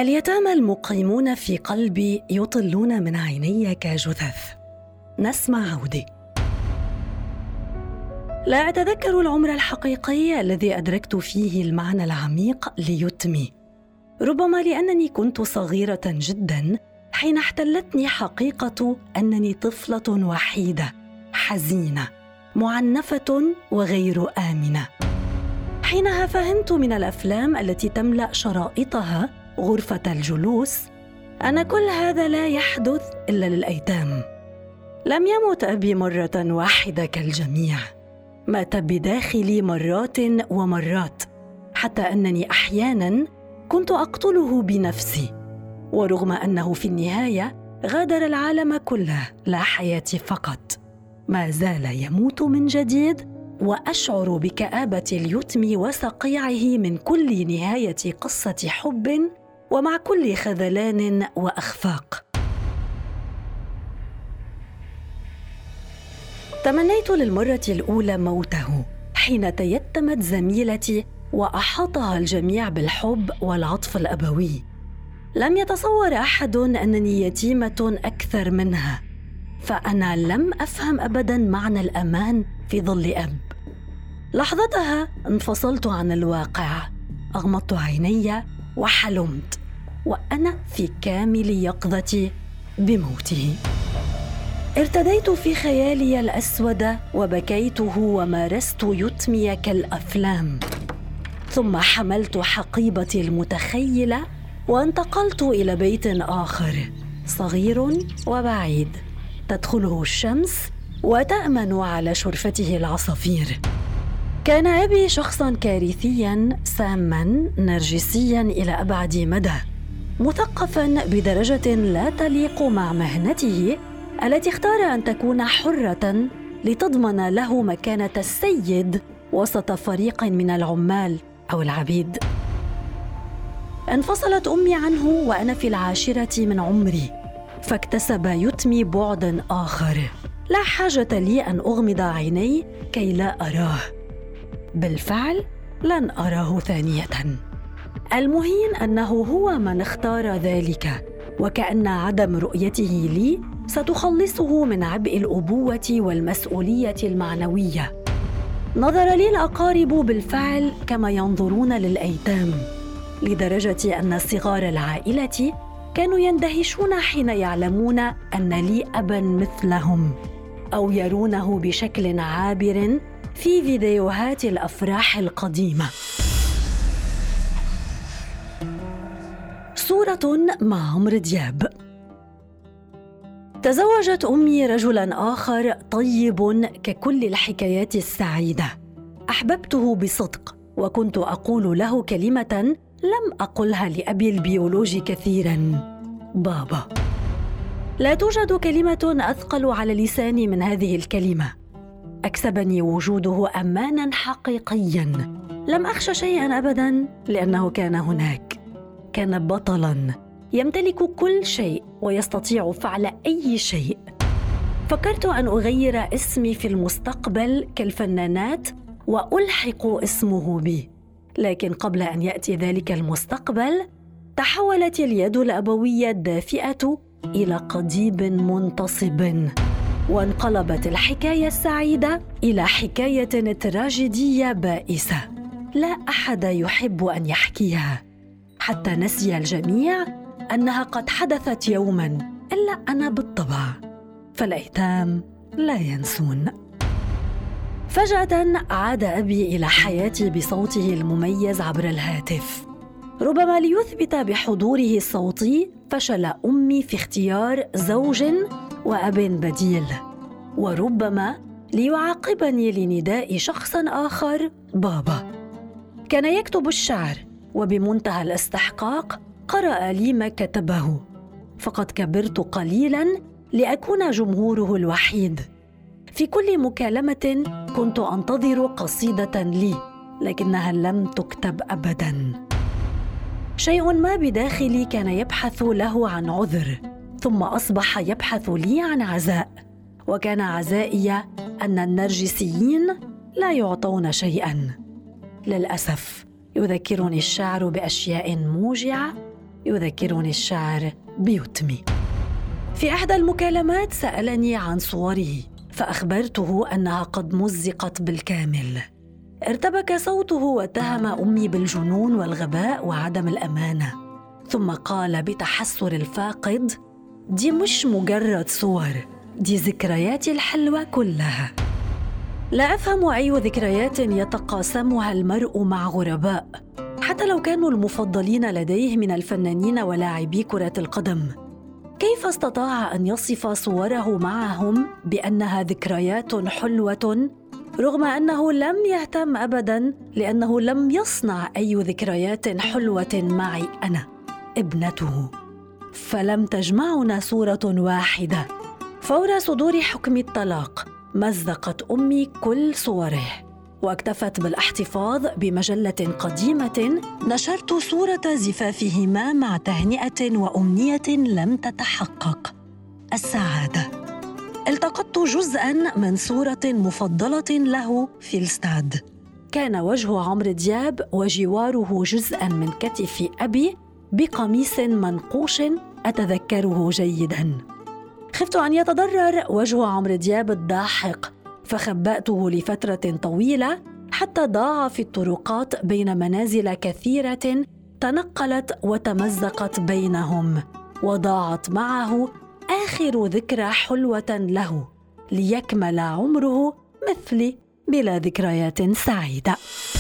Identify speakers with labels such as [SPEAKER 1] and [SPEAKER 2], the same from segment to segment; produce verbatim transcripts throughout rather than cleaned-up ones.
[SPEAKER 1] اليتامى المقيمون في قلبي يطلون من عيني كجثث. نسمة عودي. لا أتذكر العمر الحقيقي الذي أدركت فيه المعنى العميق ليتمي، ربما لأنني كنت صغيرة جداً حين احتلتني حقيقة أنني طفلة وحيدة حزينة معنفة وغير آمنة. حينها فهمت من الأفلام التي تملأ شرائطها غرفة الجلوس أن كل هذا لا يحدث إلا للأيتام. لم يمت أبي مرة واحدة كالجميع، مات بداخلي مرات ومرات، حتى أنني أحياناً كنت أقتله بنفسي، ورغم أنه في النهاية غادر العالم كله لا حياتي فقط، ما زال يموت من جديد، وأشعر بكآبة اليتم وصقيعه من كل نهاية قصة حب ومع كل خذلان وأخفاق. تمنيت للمرة الأولى موته حين تيتمت زميلتي وأحاطها الجميع بالحب والعطف الأبوي. لم يتصور أحد أنني يتيمة أكثر منها، فأنا لم أفهم أبداً معنى الأمان في ظل أب. لحظتها انفصلت عن الواقع، أغمضت عيني وحلمت وأنا في كامل يقظتي بموته. ارتديت في خيالي الأسود وبكيته ومارست يتمي كالأفلام، ثم حملت حقيبتي المتخيلة وانتقلت إلى بيت آخر صغير وبعيد تدخله الشمس وتأمن على شرفته العصافير. كان أبي شخصاً كارثياً ساماً نرجسياً إلى أبعد مدى، مثقفاً بدرجة لا تليق مع مهنته التي اختار أن تكون حرة لتضمن له مكانة السيد وسط فريق من العمال أو العبيد. انفصلت أمي عنه وأنا في العاشرة من عمري، فاكتسب يتمي بعداً آخر لا حاجة لي أن أغمض عيني كي لا أراه. بالفعل لن أراه ثانية. المهين أنه هو من اختار ذلك، وكأن عدم رؤيته لي ستخلصه من عبء الأبوة والمسؤولية المعنوية. نظر لي الأقارب بالفعل كما ينظرون للأيتام، لدرجة أن صغار العائلة كانوا يندهشون حين يعلمون أن لي أباً مثلهم، أو يرونه بشكل عابر في فيديوهات الأفراح القديمة. صورة مع عمرو دياب. تزوجت أمي رجلاً آخر طيب ككل الحكايات السعيدة. أحببته بصدق، وكنت أقول له كلمة لم أقلها لأبي البيولوجي كثيراً: بابا. لا توجد كلمة أثقل على لساني من هذه الكلمة. أكسبني وجوده أماناً حقيقياً. لم أخش شيئاً أبداً لأنه كان هناك. كان بطلاً يمتلك كل شيء ويستطيع فعل أي شيء. فكرت أن أغير اسمي في المستقبل كالفنانات وألحق اسمه بي، لكن قبل أن يأتي ذلك المستقبل تحولت اليد الأبوية الدافئة إلى قضيب منتصب، وانقلبت الحكاية السعيدة إلى حكاية تراجيدية بائسة لا أحد يحب أن يحكيها، حتى نسي الجميع أنها قد حدثت يوماً، إلا أنا بالطبع، فالأيتام لا ينسون. فجأة عاد أبي إلى حياتي بصوته المميز عبر الهاتف. ربما ليثبت بحضوره الصوتي فشل أمي في اختيار زوج وأب بديل، وربما ليعاقبني لنداء شخص آخر بابا. كان يكتب الشعر، وبمنتهى الاستحقاق قرأ لي ما كتبه، فقد كبرت قليلاً لأكون جمهوره الوحيد. في كل مكالمة كنت أنتظر قصيدة لي، لكنها لم تكتب أبداً. شيء ما بداخلي كان يبحث له عن عذر، ثم أصبح يبحث لي عن عزاء، وكان عزائي أن النرجسيين لا يعطون شيئاً. للأسف يذكرني الشعر بأشياء موجعة يذكرني الشاعر بيتمي. في إحدى المكالمات سألني عن صوره، فأخبرته أنها قد مزقت بالكامل. ارتبك صوته واتهم أمي بالجنون والغباء وعدم الأمانة، ثم قال بتحسر الفاقد: دي مش مجرد صور، دي ذكرياتي الحلوة كلها. لا أفهم أي ذكريات يتقاسمها المرء مع غرباء، حتى لو كانوا المفضلين لديه من الفنانين ولاعبي كرة القدم. كيف استطاع أن يصف صوره معهم بأنها ذكريات حلوة، رغم أنه لم يهتم أبداً، لأنه لم يصنع أي ذكريات حلوة معي أنا ابنته؟ فلم تجمعنا صورة واحدة. فور صدور حكم الطلاق مزقت أمي كل صوره، واكتفت بالاحتفاظ بمجلة قديمة نشرت صورة زفافهما مع تهنئة وأمنية لم تتحقق: السعادة. التقطت جزءاً من صورة مفضلة له في الاستاد، كان وجه عمرو دياب وجواره جزءاً من كتف أبي بقميص منقوش أتذكره جيداً. خفت أن يتضرر وجه عمرو دياب الضاحك، فخبأته لفترة طويلة حتى ضاع في الطرقات بين منازل كثيرة تنقلت وتمزقت بينهم، وضاعت معه آخر ذكرى حلوة له، ليكمل عمره مثلي بلا ذكريات سعيدة.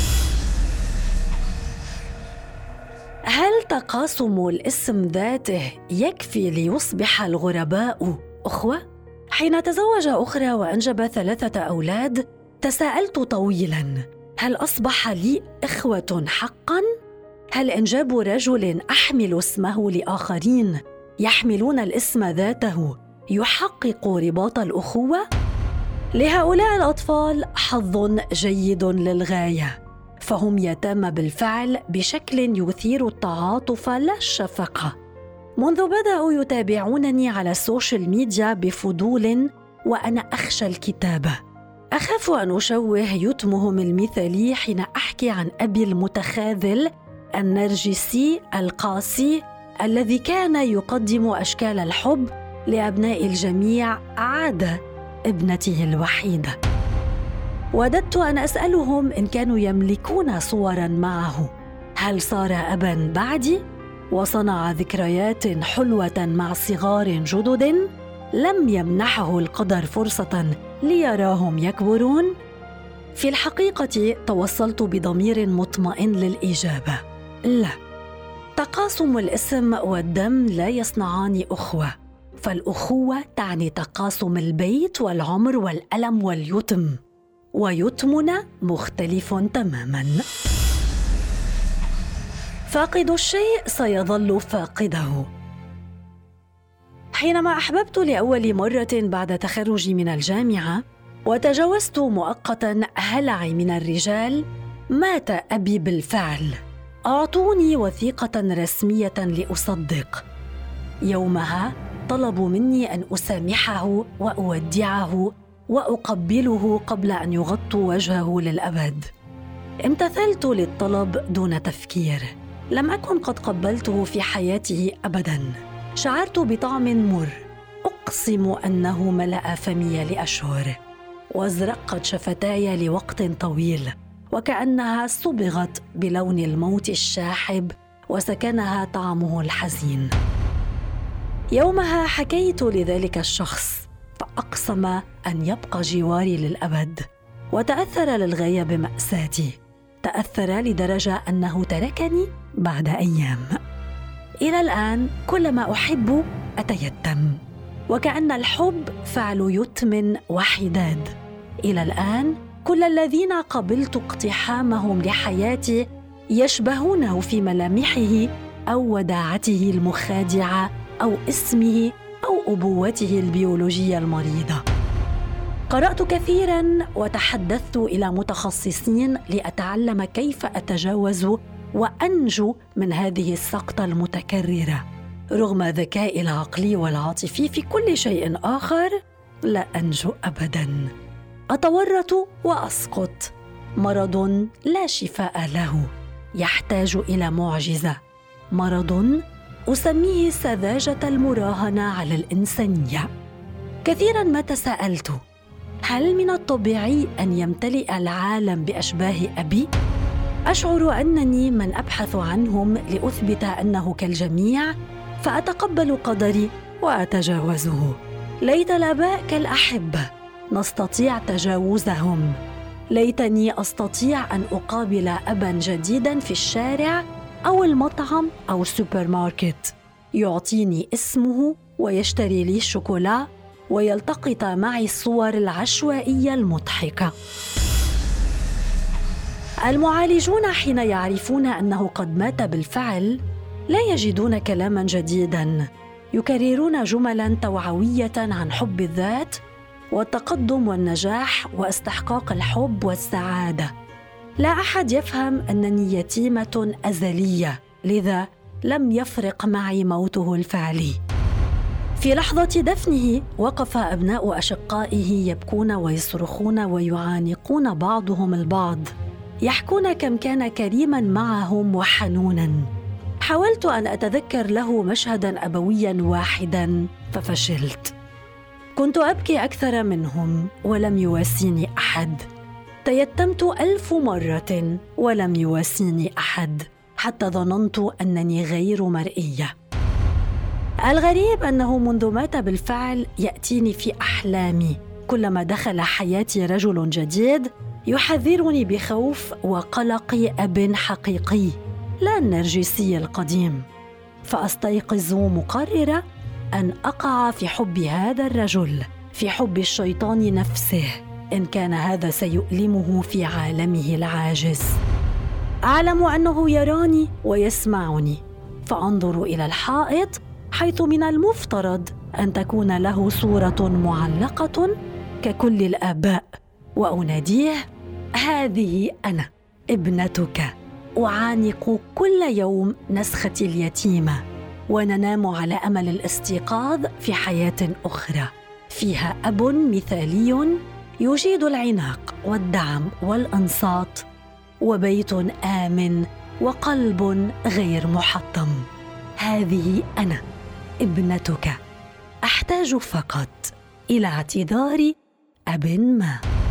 [SPEAKER 1] هل تقاسم الاسم ذاته يكفي ليصبح الغرباء أخوة؟ حين تزوج أخرى وأنجب ثلاثة أولاد تساءلت طويلاً: هل أصبح لي إخوة حقاً؟ هل إنجاب رجل أحمل اسمه لآخرين يحملون الاسم ذاته يحقق رباط الأخوة؟ لهؤلاء الأطفال حظ جيد للغاية، فهم يتامى بالفعل بشكل يثير التعاطف لا الشفقة. منذ بدأوا يتابعونني على السوشيال ميديا بفضول وأنا أخشى الكتابة، أخاف أن أشوه يتمهم المثالي حين أحكي عن أبي المتخاذل النرجسي القاسي الذي كان يقدم أشكال الحب لأبناء الجميع عدا ابنته الوحيدة. وددت أن أسألهم إن كانوا يملكون صوراً معه، هل صار أباً بعدي وصنع ذكريات حلوة مع صغار جدد لم يمنحه القدر فرصة ليراهم يكبرون؟ في الحقيقة توصلت بضمير مطمئن للإجابة: لا، تقاسم الاسم والدم لا يصنعان أخوة، فالأخوة تعني تقاسم البيت والعمر والألم واليتم، ويتمنا مختلف تماماً. فاقد الشيء سيظل فاقده. حينما أحببت لأول مرة بعد تخرجي من الجامعة وتجاوزت مؤقتاً هلعي من الرجال، مات أبي بالفعل. أعطوني وثيقة رسمية لأصدق. يومها طلبوا مني أن أسامحه وأودعه وأقبله قبل أن يغطوا وجهه للأبد. امتثلت للطلب دون تفكير. لم أكن قد قبلته في حياته أبداً. شعرت بطعم مر، أقسم أنه ملأ فمي لأشهر، وازرقت شفتاي لوقت طويل وكأنها صبغت بلون الموت الشاحب وسكنها طعمه الحزين. يومها حكيت لذلك الشخص فأقسم أن يبقى جواري للأبد، وتأثر للغاية بمأساتي. تأثر لدرجة أنه تركني بعد أيام. إلى الآن كلما أحب أتيتم، وكأن الحب فعل يتم وحداد. إلى الآن كل الذين قبلت اقتحامهم لحياتي يشبهونه في ملامحه أو وداعته المخادعة أو اسمه أو أبوته البيولوجية المريضة. قرأت كثيراً وتحدثت إلى متخصصين لأتعلم كيف أتجاوز وأنجو من هذه السقطة المتكررة. رغم ذكائي العقلي والعاطفي في كل شيء آخر، لا أنجو أبداً. أتورط وأسقط. مرض لا شفاء له، يحتاج إلى معجزة. مرض أسميه سذاجة المراهنة على الإنسانية. كثيراً ما تساءلت: هل من الطبيعي أن يمتلئ العالم بأشباه أبي؟ أشعر أنني من أبحث عنهم لأثبت أنه كالجميع، فأتقبل قدري وأتجاوزه. ليت الآباء كالأحبة نستطيع تجاوزهم. ليتني أستطيع أن أقابل أباً جديداً في الشارع أو المطعم أو السوبر ماركت، يعطيني اسمه ويشتري لي الشوكولا ويلتقط معي الصور العشوائية المضحكة. المعالجون حين يعرفون أنه قد مات بالفعل لا يجدون كلاماً جديداً، يكررون جملاً توعوية عن حب الذات والتقدم والنجاح واستحقاق الحب والسعادة. لا أحد يفهم أنني يتيمة أزلية، لذا لم يفرق معي موته الفعلي. في لحظة دفنه وقف أبناء أشقائه يبكون ويصرخون ويعانقون بعضهم البعض، يحكون كم كان كريماً معهم وحنوناً. حاولت أن أتذكر له مشهداً أبوياً واحداً ففشلت. كنت أبكي أكثر منهم ولم يواسيني أحد. تيتمت ألف مرة ولم يواسيني أحد، حتى ظننت أنني غير مرئية. الغريب أنه منذ مات بالفعل يأتيني في أحلامي كلما دخل حياتي رجل جديد يحذرني بخوف وقلق أب حقيقي، لا النرجسي القديم. فأستيقظ مقررة أن أقع في حب هذا الرجل، في حب الشيطان نفسه، إن كان هذا سيؤلمه في عالمه العاجز. أعلم أنه يراني ويسمعني، فأنظر إلى الحائط حيث من المفترض أن تكون له صورة معلقة ككل الآباء، وأناديه: هذه أنا ابنتك. أعانق كل يوم نسختي اليتيمة، وننام على أمل الاستيقاظ في حياة أخرى فيها أب مثالي يجيد العناق والدعم والإنصات، وبيت آمن وقلب غير محطم. هذه أنا ابنتك، أحتاج فقط إلى اعتذار أب ما.